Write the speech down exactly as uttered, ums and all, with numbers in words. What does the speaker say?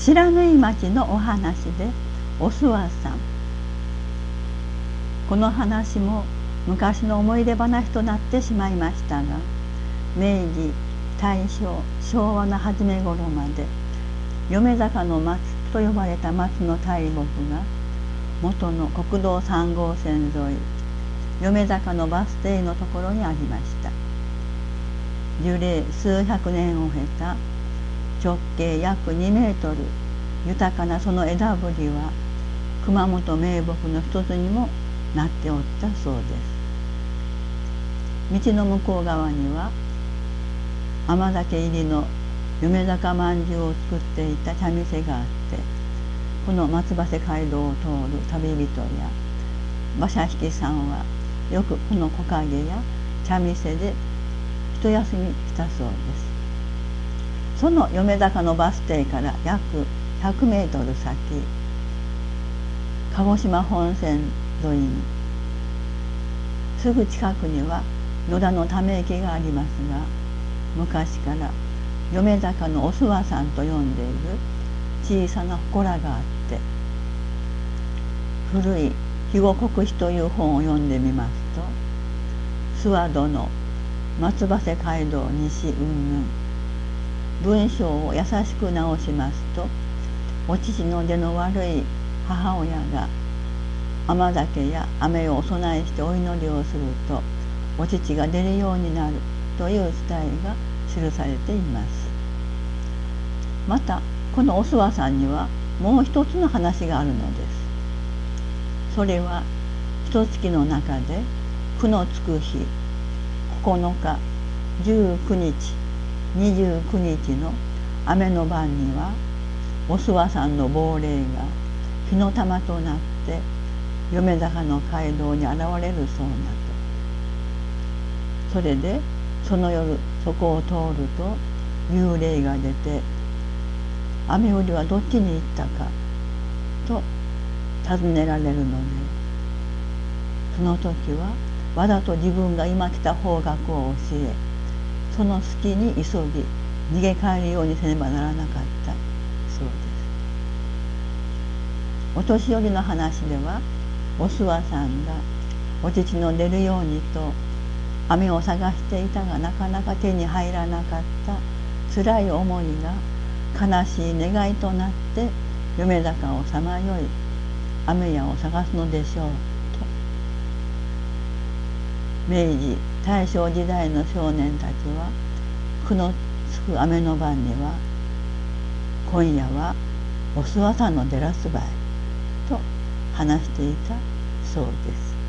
不知火町のお話でお諏訪さん。この話も昔の思い出話となってしまいましたが、明治、大正、昭和の初め頃まで米坂の松と呼ばれた松の大木が元の国道さん号線沿い米坂のバス停のところにありました。樹齢数百年を経た直径約にメートル豊かなその枝ぶりは熊本名木の一つにもなっておったそうです。道の向こう側には甘酒入りの米坂まんじゅうを作っていた茶店があって、この松橋街道を通る旅人や馬車引きさんはよくこの木陰や茶店で一休みしたそうです。その米坂のバス停から約ひゃくメートル先、鹿児島本線沿いにすぐ近くには野田のため池がありますが、昔から米坂のお諏訪さんと呼んでいる小さな祠があって、古い肥後国史という本を読んでみますと、諏訪殿松橋街道西云々文章を優しく直しますと、お乳の出の悪い母親が甘酒や飴をお供えしてお祈りをするとお乳が出るようになるという伝えが記されています。またこのお諏訪さんにはもう一つの話があるのです。それは一月の中で九のつく日ここのかじゅうくにちにじゅうくにちの雨の晩にはお諏訪さんの亡霊が火の玉となって米坂の街道に現れるそうなと。それでその夜そこを通ると幽霊が出て、雨降りはどっちに行ったかと尋ねられるので、その時はわざと自分が今来た方角を教え、その隙に急ぎ逃げ帰るようにせねばならなかったそうです。お年寄りの話では、お諏訪さんがお乳の出るようにと飴を探していたがなかなか手に入らなかった辛い思いが悲しい願いとなって米坂をさまよい飴屋を探すのでしょうと。明治大正時代の少年たちは九のつく雨の晩には今夜はお諏訪さんの出らすばいと話していたそうです。